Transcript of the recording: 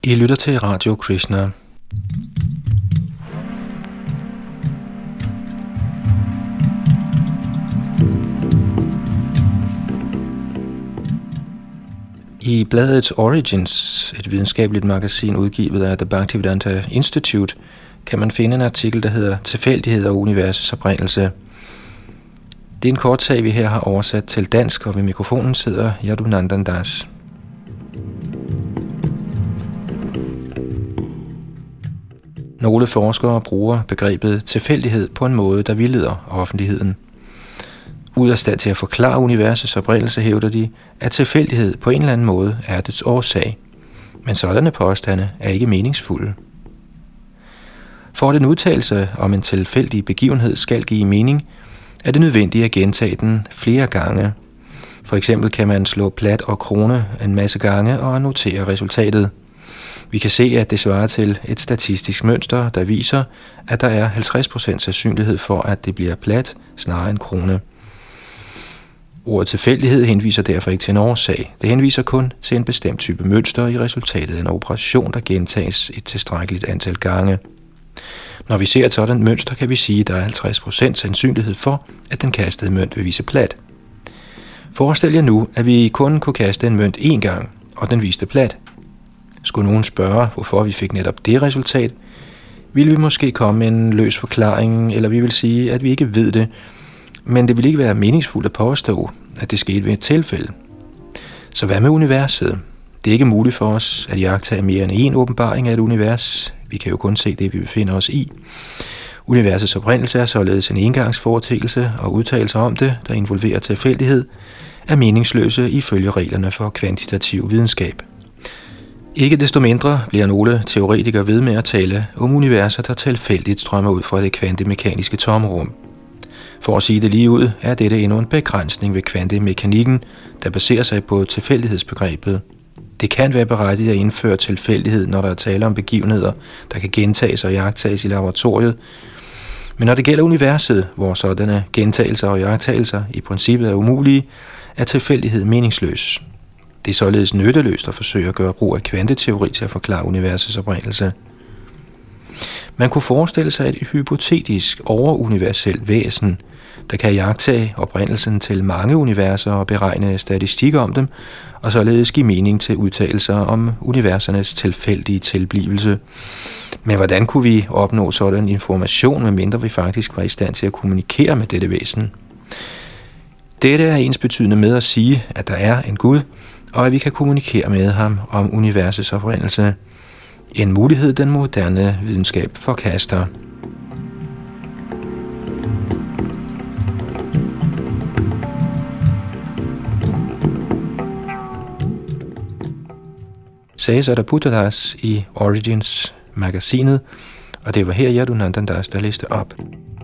I lytter til Radio Krishna. I bladet Origins, et videnskabeligt magasin udgivet af The Bhaktivedanta Institute, kan man finde en artikel, der hedder Tilfældighed og universets oprindelse. Det er en kort sag, vi her har oversat til dansk, og ved mikrofonen sidder Yadunandan Das. Nogle forskere bruger begrebet tilfældighed på en måde, der vildleder offentligheden. Ud af stand til at forklare universets oprindelse hævder de, at tilfældighed på en eller anden måde er dets årsag. Men sådanne påstande er ikke meningsfulde. For at en udtalelse om en tilfældig begivenhed skal give mening, er det nødvendigt at gentage den flere gange. For eksempel kan man slå plat og krone en masse gange og notere resultatet. Vi kan se, at det svarer til et statistisk mønster, der viser, at der er 50% sandsynlighed for, at det bliver plat snarere end krone. Ordet tilfældighed henviser derfor ikke til en årsag. Det henviser kun til en bestemt type mønster i resultatet af en operation, der gentages et tilstrækkeligt antal gange. Når vi ser et sådan mønster, kan vi sige, at der er 50% sandsynlighed for, at den kastede mønt vil vise plat. Forestil jer nu, at vi kun kunne kaste en mønt én gang, og den viste plat. Skulle nogen spørge, hvorfor vi fik netop det resultat, ville vi måske komme med en løs forklaring, eller vi vil sige, at vi ikke ved det, men det vil ikke være meningsfuldt at påstå, at det skete ved et tilfælde. Så hvad med universet? Det er ikke muligt for os at iagttage mere end én åbenbaring af et univers. Vi kan jo kun se det, vi befinder os i. Universets oprindelse er således en engangsforeteelse, og udtalelser om det, der involverer tilfældighed, er meningsløse ifølge reglerne for kvantitativ videnskab. Ikke desto mindre bliver nogle teoretikere ved med at tale om universer, der tilfældigt strømmer ud fra det kvantemekaniske tomrum. For at sige det lige ud, er dette endnu en begrænsning ved kvantemekanikken, der baserer sig på tilfældighedsbegrebet. Det kan være berettiget at indføre tilfældighed, når der er tale om begivenheder, der kan gentages og iagttages i laboratoriet. Men når det gælder universet, hvor sådanne gentagelser og iagttagelser i princippet er umulige, er tilfældighed meningsløs. Det er således nytteløst at forsøge at gøre brug af kvanteteori til at forklare universets oprindelse. Man kunne forestille sig et hypotetisk overuniverselt væsen, der kan iagttage oprindelsen til mange universer og beregne statistik om dem, og således give mening til udtalelser om universernes tilfældige tilblivelse. Men hvordan kunne vi opnå sådan information, medmindre vi faktisk var i stand til at kommunikere med dette væsen? Dette er ensbetydende med at sige, at der er en Gud, og at vi kan kommunikere med ham om universets oprindelse. En mulighed, den moderne videnskab forkaster. Sagde Sariputta i Origins magasinet, og det var her Yadunandan Das, der læste op.